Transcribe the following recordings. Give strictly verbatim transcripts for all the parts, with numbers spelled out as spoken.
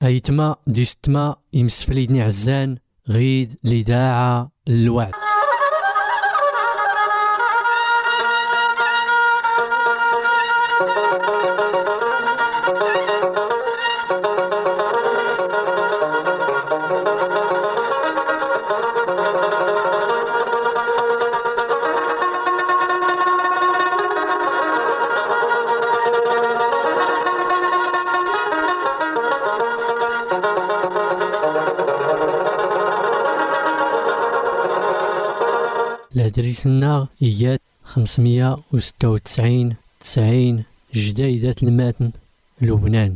أيتما ديستما يمسفليدني عزان غيد لداعة الوعد. الهدريسنا إيات خمسمية وستة وتسعين تسعين جديدة الماتن لبنان.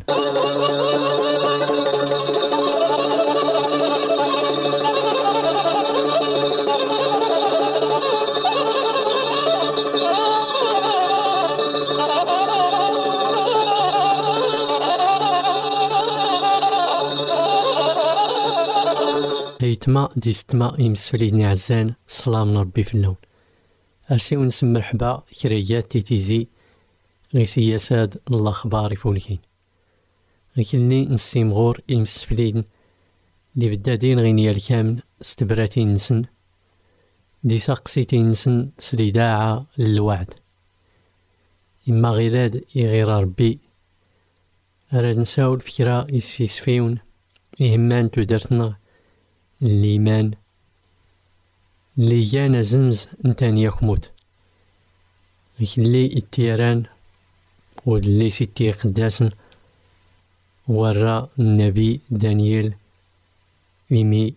هيتما ديستما يمسفليدني عزان الصلاة من ربي في اللون. أرسيو نسم مرحبا كريات تيتيزي غي سياساد الأخبار يفولكين غيكلني نسيم غور يمسفليدن لي بدادين غينيا الكامل استبراتين نسن دي ساقسيتين نسن سليداعة للوعد. إما غيلاد يغير ربي أراد نساو الفكرة يسيسفيون إهمان تودرتنا الإيمان اللي جانا زمز نتاني يخموت اللي التيران واللي ستي قداسن ورا النبي دانيال إيمي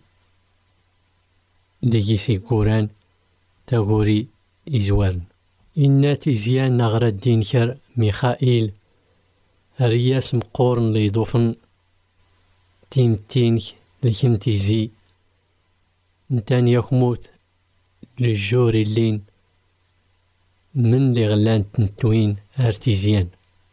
لجيسي كوران تاغوري إزوارن إنا تيزيان نغرى الدين كر ميخائيل رياس مقورن ليضوفن تيمتينك لكم تيزي نتاني يخموت للجوري اللين من لي غلان تنتوين ارتيزيان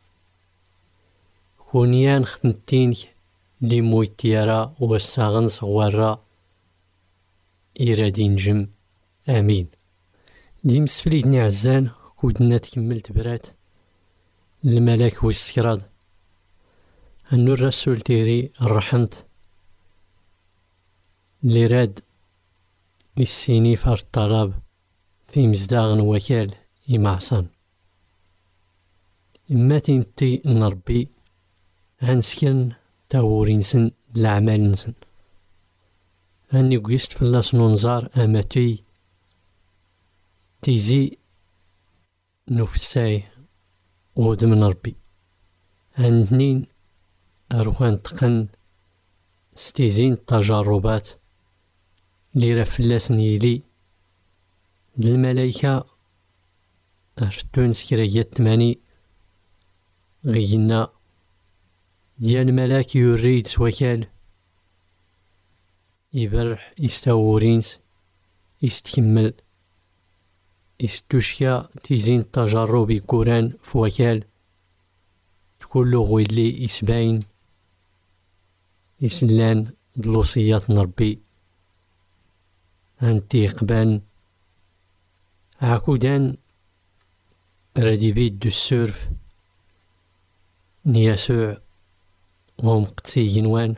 كونيان ختنتينك لي مويتيارا والساغن صغوارا إيرادين جم آمين. دي مسفليدني عزان كودنا تكملت برات الملاك والسكراد أنو الرسول تيري الرحمت اللي راد السيني فار الطلب في مزداغن وكال إمعصان إما تيمتي نربي هنسكن تاورينسن الأعمال نسن هاني قيست فلاس ننظار أماتي تيزي نفساي غود من ربي هنتنين أروان تقن ستيزين التجربات لي راه فلاسن يلي الملايكة أرتون سكريات تماني غينا ديال ملاك يريد سوكال يبرح يستورينس يستكمل يستوشكا تيزين التجرب يكوران فوكال تكولو غويلي يسباين يسلان دلوصيات نربي أنتي قبان عاكودان رادي بيد دو السورف نياسوع وهم قتسي ينوان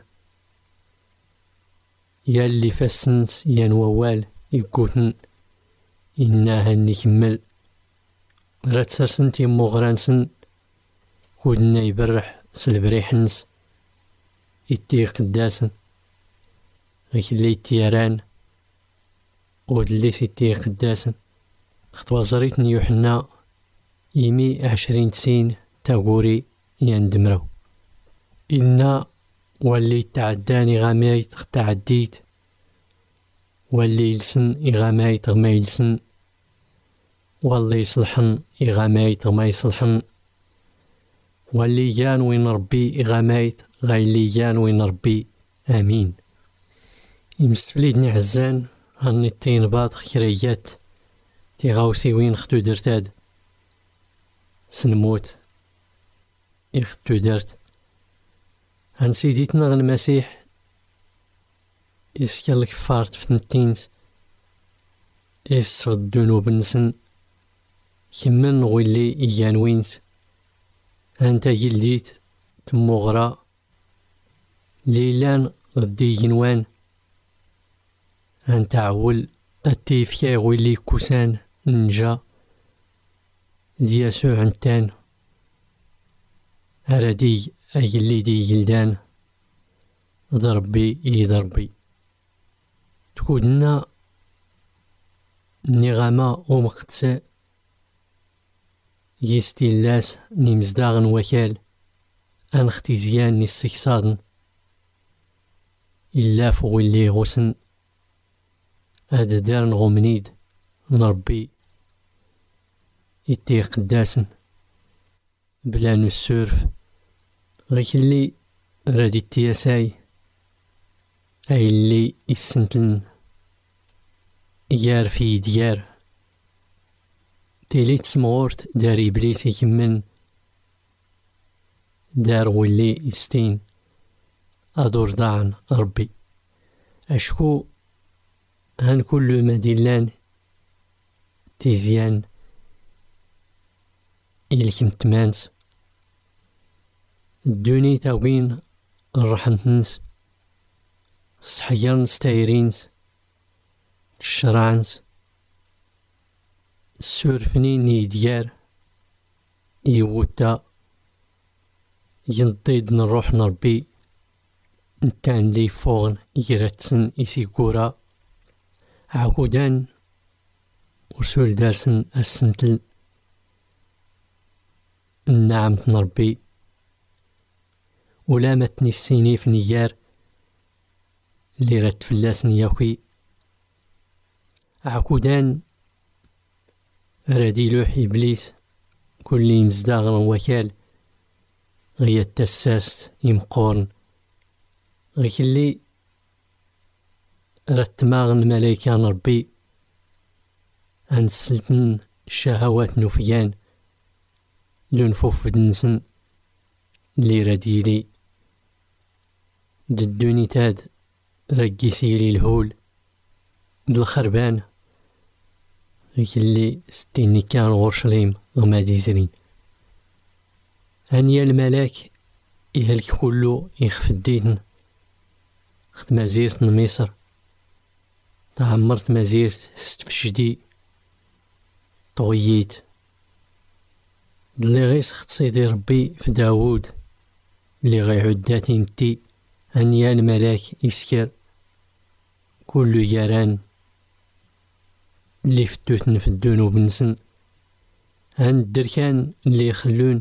ياللي فاسنس ينووال يكوتن إنا هني كمل راد سرسنتي مغرانسن كودنا يبرح سلبريحنس يتي قداسن غيكلي تيران ودلي ستي قداسن خطوازريتني يوحنا يمي عشرين تسين تاغوري يندمرو إنا واللي تعداني غامايت تعديت واللي يلسن إغامايت غما يلسن واللي يصلحن إغامايت غما يصلحن واللي جان وين ربي إغامايت غايلي جان وين ربي آمين. يمسفليدني عزان هاني التين باط خيريات تيغاوسي وين ختو درتاد سنموت إختو درت هان سيديتنا غن المسيح إسكال الكفارت فتنتينز إسفد الذنوب نسن كمن غولي إيان وينس هانتا جليت تمغرا ليلان غدي ينوان أن تعول التيفكا ويلي كوسان نجا ديا سوع عنتان أرادي أجلي دي جلدان ضربي يضربي تكودنا نغمة ومقتسى يستي اللاس نمزداغن وكال أن اختزيان نسكسادن إلا فوق اللي غسن هاد دار نغمنيد نربي يتي قداسن بلا نسورف غيك اللي رادي التياساي أي اللي يسنتلن يار في ديار تيلي تسمغورت دار إبليس يكمن دار واللي يستين أدور ضاعن ربي أشكو هان كل مدينلان تيزيان إلكم تمانس الدوني تاوين الرحمتنس الصحيان ستايرينس الشرعنس السورفنين يديار يوتا ينضيد نروح نربي نتان لي فوغن يرتسن إسيكورا عقودان ورسول دارسن السنتل النعم نربي ولا متني السيني في نيار اللي رد فلاس نياكي عقودان رادي لوح إبليس كل يمزداغن وكال غيا التساس يمقورن غيك اللي رتماغن ملايكة نربي عن سلطن الشهوات نوفيان لنفوف دنسن اللي راديلي ددوني تاد رقيسيلي الهول بالخربان غيك اللي ستيني كان غورشليم غما ديزرين هانيا الملاك يهلك كلو يخف الدين خت مازيرت مصر تعمرت مازيرت ستفشدي طغييت اللي غيس خت سيدي ربي في داود اللي غيعداتي نتي هانيا الملاك يسكر كلو ياران اللي فتوتن في الذنوب نسن هان الدركان اللي يخلون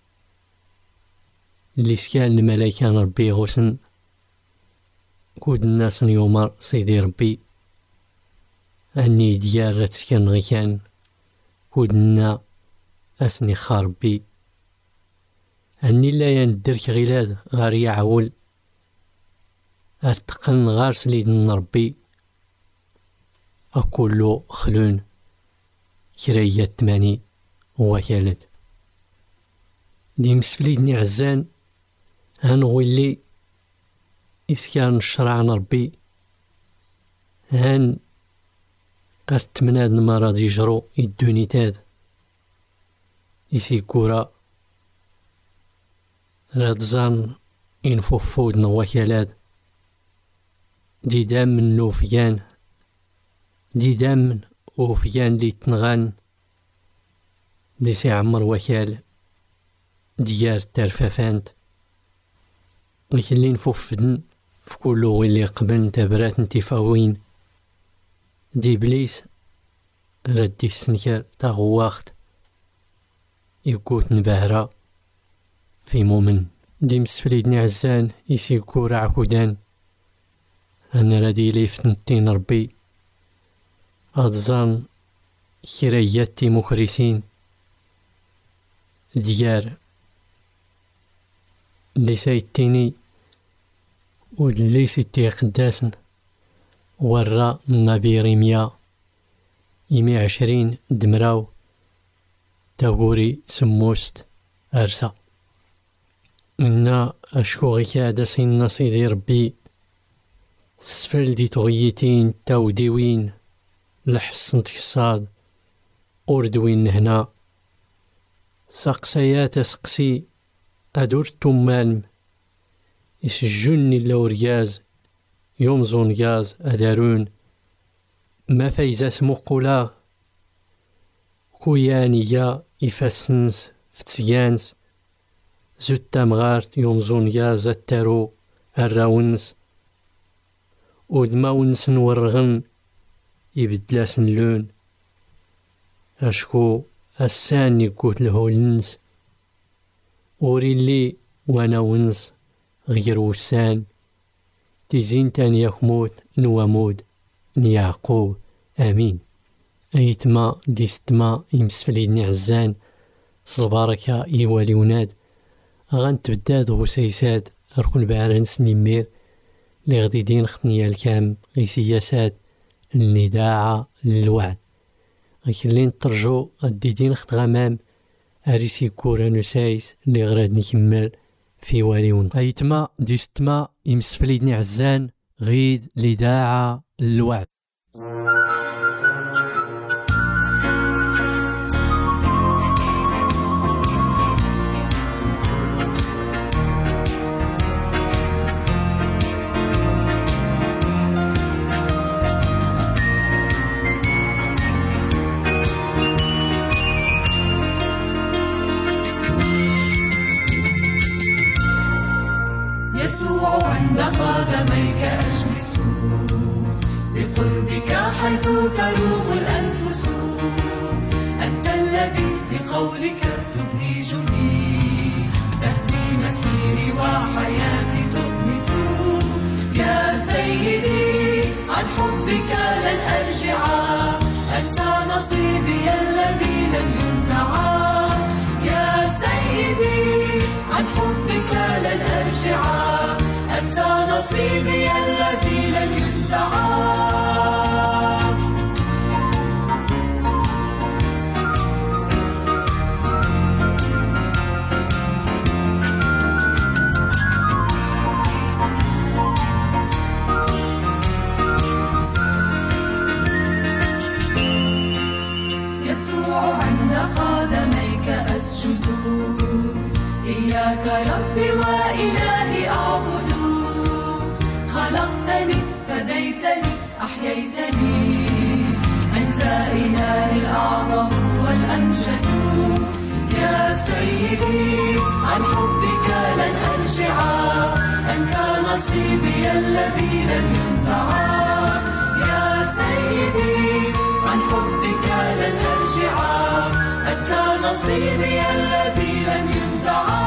اللي سكان الملايكة ربي غسن كود الناس يومر سيدي ربي أني ديار تسكن غيكان كودنا أسني خاربي أني لا يندرك غلاد غار يعول أرتقن غار سليد نربي أكلو خلون كرية تماني وكالد دي مسفليدني عزان هنولي إسكان الشرع نربي هان أرتمناد نمرض يجرو يدوني تاد يسيكورا رادزان ينفوفود نوكالاد دي دام من نوفيان دي دام وفيان لي تنغان لي سيعمر وكال ديار ترفافانت ويخلي نفوفدن في كل اللي قبل تبرات نتفاوين دي بليس ردي السنكر تاغواخت يقوت نبهرة في مومن دي مسفليدني عزان يسيكو عكودان أنا ردي لي فتنتين ربي أتظن كرياتي مخرسين ديار اللي سايتيني واللي سيتي قداسن ورا النبي ريميا يمي عشرين دمراو تاغوري سموست أرسا إنا أشكو غيكادا سينا سيدي ربي سفل دي تغيتين تاوديوين لحسن تصاد أردوين هنا سقسيات سقسي أدور تمالم يسجلني اللورياز يومزون ياز أدارون ما فايزا سمو قولا كويانيا يفاسنس فتسيانس زوت تامغارت يومزون ياز التارو الراونس ودماونس نورغن يبدلاسن لون أشكو السان يقوت الهولنس وريلي وانا ونس غير وسان تيزين تاني يخموت نوامود نيعقوب آمين. أيتما ديستما يمسفليدني عزان صلباركا يوالي وناد غنتبداد غسيساد ركن بعرنس نمير لي غدي دين خطنيا الكام غي سياسات النداعة للوعد غيكلين ترجو غدي دين خط غمام أريسي كورا نسايس لي غراد نكمل في واليون. أيتما ديستما يمسفليدني عزان غيد لداعة للوعد. يسوع عند قدميك أجلس بقربك حيث تروم الأنفس أنت الذي بقولك تبهجني تهدي مسيري وحياتي تؤنس يا سيدي عن حبك لن أرجع أنت نصيبي الذي لن ينزع يا سيدي عن حبك لن أرجع أنت نصيبي الذي لن ينزع. يسوع عند قدميك أسجد إياك ربي وإلهي أعبد خلقتني فديتني أحييتني أنت إلهي الأعظم والأمجد يا سيدي عن حبك لن أرجع أنت نصيبي الذي لن ينزع يا سيدي عن حبك لن أرجع أنت نصيبي الذي لن ينزع.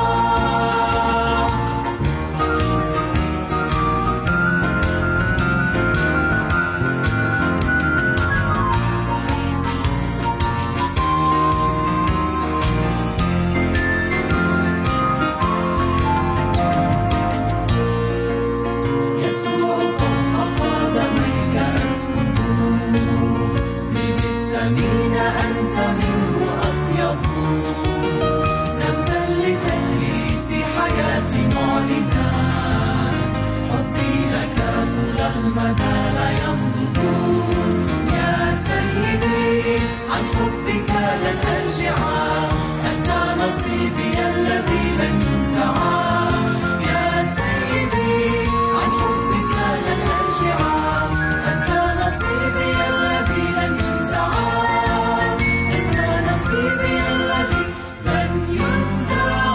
يسوع فوق قدميك أسكن في بالثمين أنت منه أطيب رمزا لتكريس حياتي معلنا حبي لك طول المدى لا ينضب يا سيدي عن حبك لن أرجع أنت نصيبي الذي لن ينزع يا سيدي عن حبك لن أرجع أنت نصيبي الذي لن ينزع أنت نصيبي الذي لن ينزع.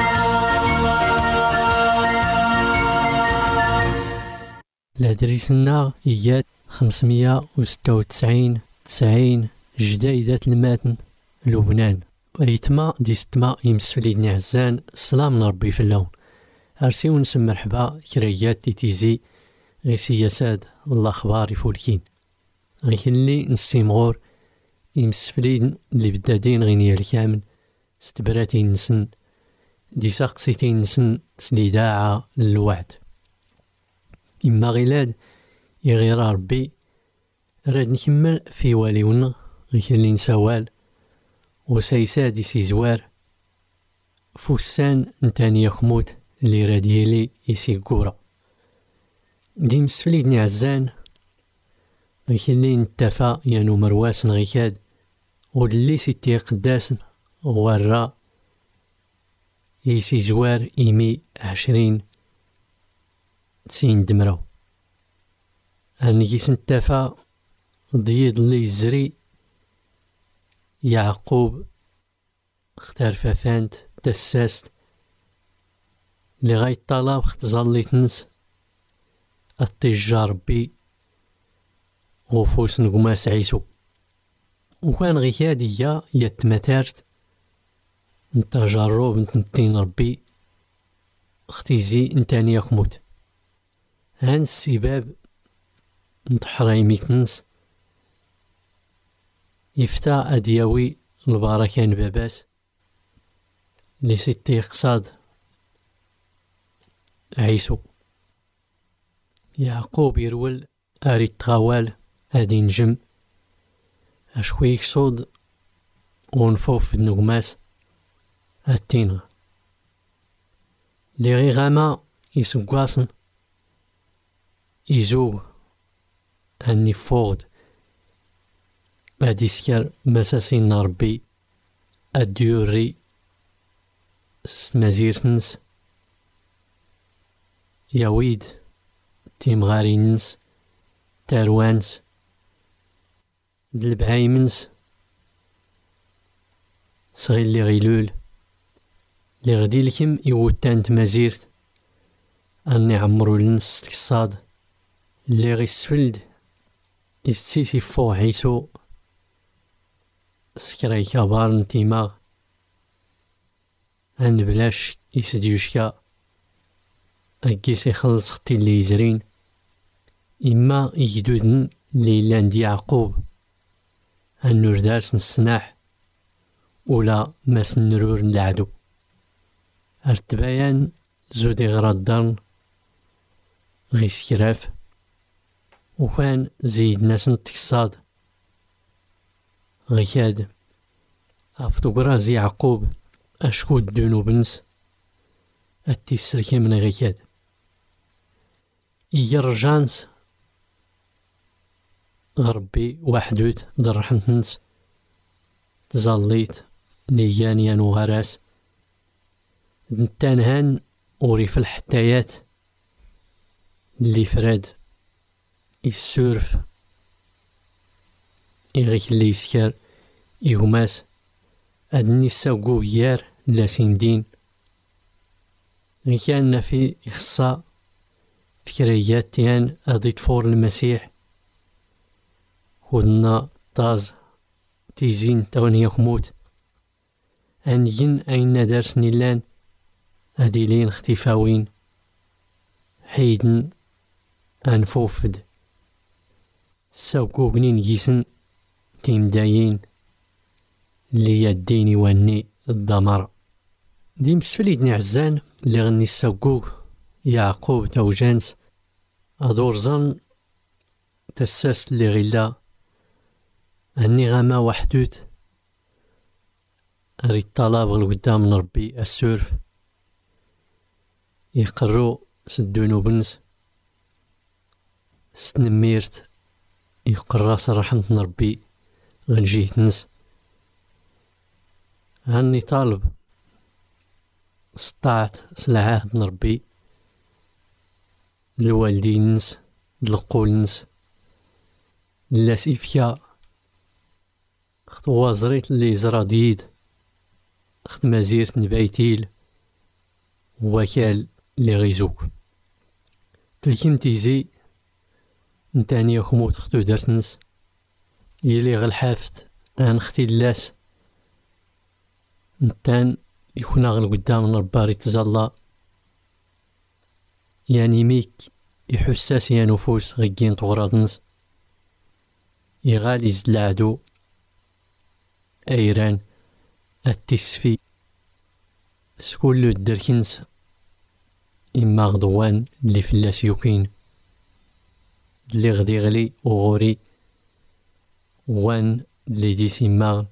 لادريسنا إياد خمسمية وستة وتسعين تسعين جديدة الماتن لبنان. أيتما ديستما يمسفليدني عزان السلام من ربي في اللون أرسي ونسم مرحبا كريات تيتيزي غي سياسات الله أخبار يفولكين غي اللي نسيمغور يمسفليدن اللي بدادين غينيا الكامل ستبراتين نسن دي ساقسيتين نسن سليداعة للوعد إما غيلاد يغير ربي راد نكمل في واليون غي اللي نسوال وسيساد يسيزوار فوسان نتاني يخموت اللي راديلي يسيقورا دي مسفليدني عزان غيكي اللي نتفا يانو مرواسن غيكاد ودلي سيتي قداسن غوارا يسيزوار إيمي عشرين تسين دمرو أني سنتفا ضيد اللي يزري يعقوب اختار فافانت دساست لغاية طلاب اختزالي تنس التجار بي غفوس نقماس عيسو وكان غيادية يتمتارت نتجرب نتنتين ربي اختيزي نتاني يخموت هان السباب نتحرايمي تنس يفتى أدياوي البركان باباس لي ستي اقصاد عيسو يعقوب يرول أري التغوال أدي نجم أشوي يكسود ونفوف في النغماس التينغ لي غي غاما يسقواصن يزوغ أني فوغد أدي سكر مساسين ربي أديوري سمازيرتنس ياويد تيمغارينس تاروانس دلبعايمنس صغير لي غيلول لي غدي لكم يوتان تمازيرت أني عمرو لنس تكصاد لي غيسفلد يستيسي فوق عيسو سكراي كابار نتيماغ أن بلاش يسديوشكا أكيس يخلص ختي اللي يزرين إما يجدودن ليلان دي يعقوب النور دارس السناح ولا ماس النرور العدو ارتبايان زودي غردان غي سكراف وكان زيد ناس نتكصاد غي كاد أفتقرا يعقوب أشكو الدنو بنس التسركي من غي كاد يرجانس غربي وحدوت در رحمتنس تزاليت نيانيان وغراس نتانهان وري في الحتايات اللي فراد يسورف يغيك اللي يسكر يهماس أدني ساوقو غيار لاسين دين غي كان في إخصاء فكريات تيان أضيت فور المسيح ودنا طاز تيزين تاون يخموت أنين أين دارس نيلان أديلين اختفاوين حيدن أنفوفد ساوكو بنين جيسن تيم دايين اللي يديني واني الدمر ديم سفليدني عزان اللي غني ساوكو يعقوب توجانس أدور زن تساس اللي غلا أني غاما وحدوت أريد طلاب القدام ربي السورف يقرو سدونو بنس ستنميرت يقرا صراحة ربي غنجيه تنس هاني طالب سطعت سلعات نربي الوالدين نس دلقول نس لا سيفيا خط وازريت اللي زرا ديد خط مازيرت نبايتيل وكال اللي غيزوك تلكيم تيزي نتاني خموت خطو درتنس يلي غالحافت ان ختي اللاس نتان يكون غل قدام رباري تزالا يعني ميك يحساس يا نفوس غيين طغرادنس يغالي زلعدو ايران التسفي سكولو الدركنس إما غضوان اللي فلاس يوكين اللي غدي غلي وغوري وان اللي دي سيماغ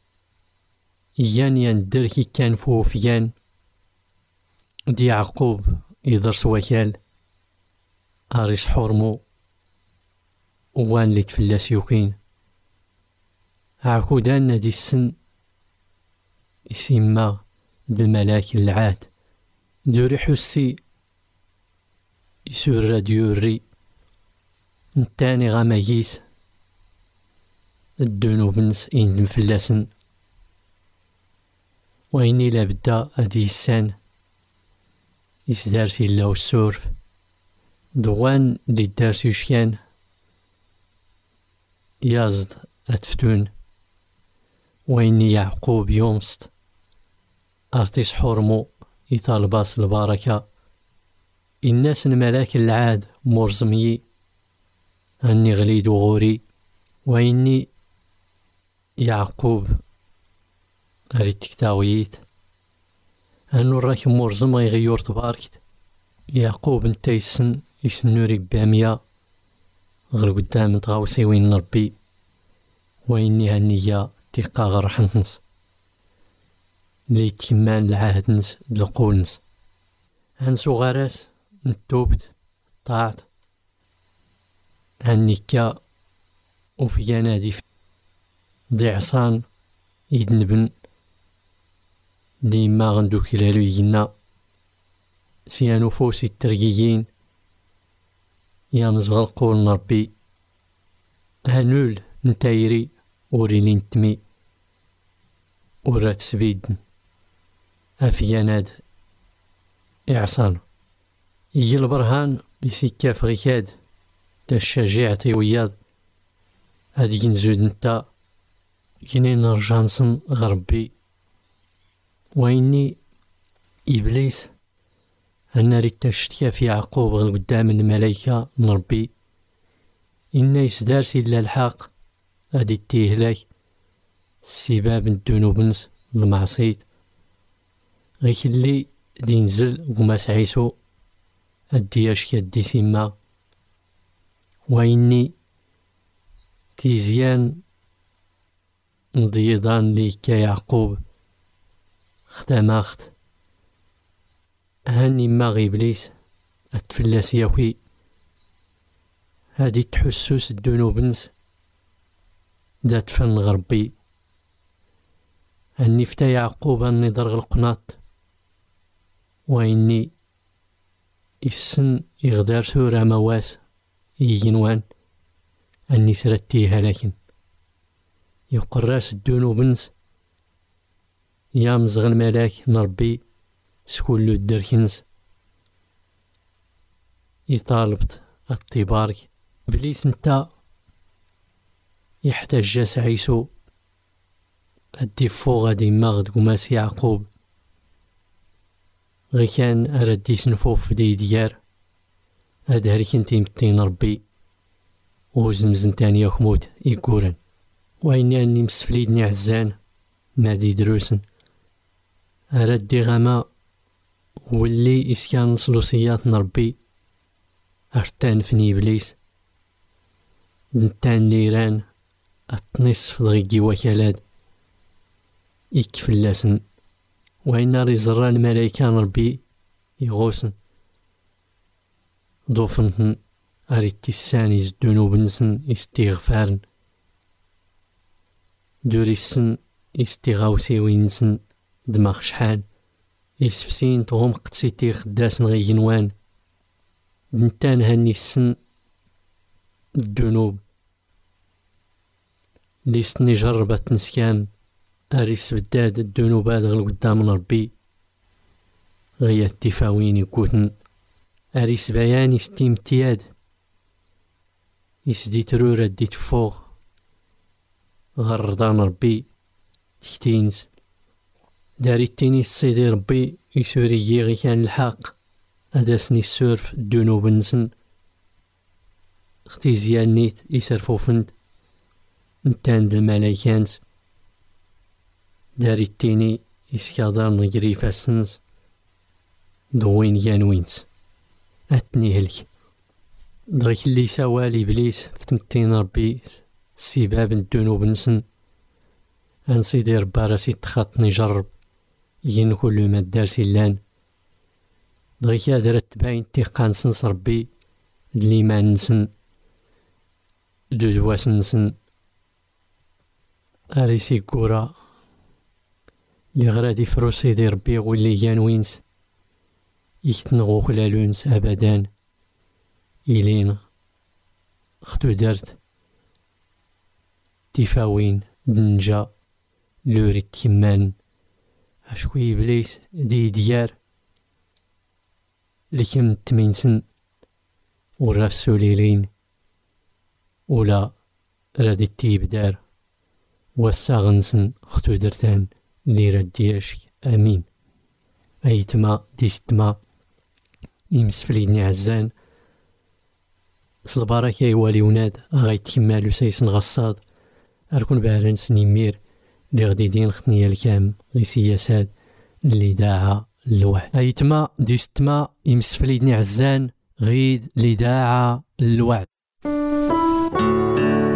يان يان دركي كان فوفيان دي يعقوب يدرس وكال أريس حرمو وان اللي تفلاس يوكين عقودان دي السن يسيماغ بالملاك العاد دوري حسي يسور راديو الري نتاني غامايس الدنوب نس إندم فلاسن وإني لابدا أدي السان يسدارسي الله السورف دوان لي دارسي شكان يازد أتفتون وإني يعقوب يومست أرتيس حرمو يطالباس البركة الناس الملاك العاد مرزمي أني غليد غوري وإني يعقوب أريد تكتاويت أنو راك مرزم يغيور تباركت يعقوب انت يسن يسنوري بامية غير قدام تغاوسي وين ربي وإني هنية تيقا غرحنس لي تكمان العهد نس دلقول نس هنسو غراس نتوبت طاعت هنيكا وفي ينادي ضي عصان يدنبن لي ما غندو كلالو يجينا سيانو فوسي الترقيين يا مزغل قول ربي هنول نتايري وريلي نتمي ورات سبيدن أفياناد إعصان يجي البرهان يسيكا فغيكاد تا الشجاعة وياض هادي نزود نتا كيني نرجع نصن غربي وإني إبليس أنا ريت تشتكى في يعقوب غير قدام الملايكة من ربي إن يسدارسي إلا الحق هادي تيهلاك السباب الذنوب نس المعصيت غيك اللي دينزل وماس عيسو أدي أشكي أدي سيما وإني تيزيان نضيضان لي كيعقوب ختماخت هاني ما غيبليس أتفلاس ياوي هادي تحسوس الذنوب نس دات فن غربي أني فتا يعقوب أني درغ القناط وإني السن يغدار سورة مواس يجنوان أني سرتيها لكن يقراس الذنوب نس يا مزغ الملاك نربي سكولو الدركنس يطالبت الطبارك بليس نتا يحتاج جاس عيسو أدي فوق غادي ماغد قماس يعقوب غي كان أردي سنفوف دي ديار هاد هاري كنتي متين ربي وزمزن تاني يخموت يقورن وإني أني مسفليدني عزان نادي دروسن أردي غما واللي إسكان سلوسيات نربي أرتان فني إبليس نتان ليران أتنصف ضغيقي وكالاد يكفلاسن وإن رزران الملايكة ربي يغوسن دوفنتن أريد الساني الذنوب نسن استغفارن دوري السن استغاوسي وينسن دماغ شحال يسفسين تغم قدسيتي خداسن غي جنوان نتان هاني السن الذنوب ليستني جربت نسكان أريس بداد الذنوب هاد غير قدام ربي غيا التفاوين يكوتن أريس بياني ستي امتياد يسدي ترورة ديت فوق غردان ربي تكتينز داري التيني السيدي ربي يسوري غي كان الحق أداسني السورف الذنوب نسن اختي زيان نيت يسرفو فند نتاند الملايكانت داري التيني يسكادار نجري فاسنز دوين يانوينز أتني هلك دغيك اللي سوالي إبليس فتمتين ربي سباب الذنوب نسن أنصيدي ربا راسي تخاطني جرب ين كل ما دارسي اللان دغيك درت باين تيقان سنس ربي دليمان نسن دو دواس نسن أريسي كورا لي غرادي فروسي دي ربي واللي يانوينس يكتنغو خلالونس أبدان إلين ختو درت تيفاوين دنجا لوريك كمان عشوي بليس دي ديار لكم تمينسن وراسو ليلين ولا رادي التيبدار وساغنسن ختو درتان لي ردياش امين ايتما ديستما يمسفليدني عزان صلبارك ايوالي وناد غايت كمالو سيسن غصاد اركون بارن سنيمير لي غدي دين خطنيا الكام غي سياسات اللي داعا اللوح ايتما ديستما يمسفليدني عزان غيد اللي داعا اللوعد.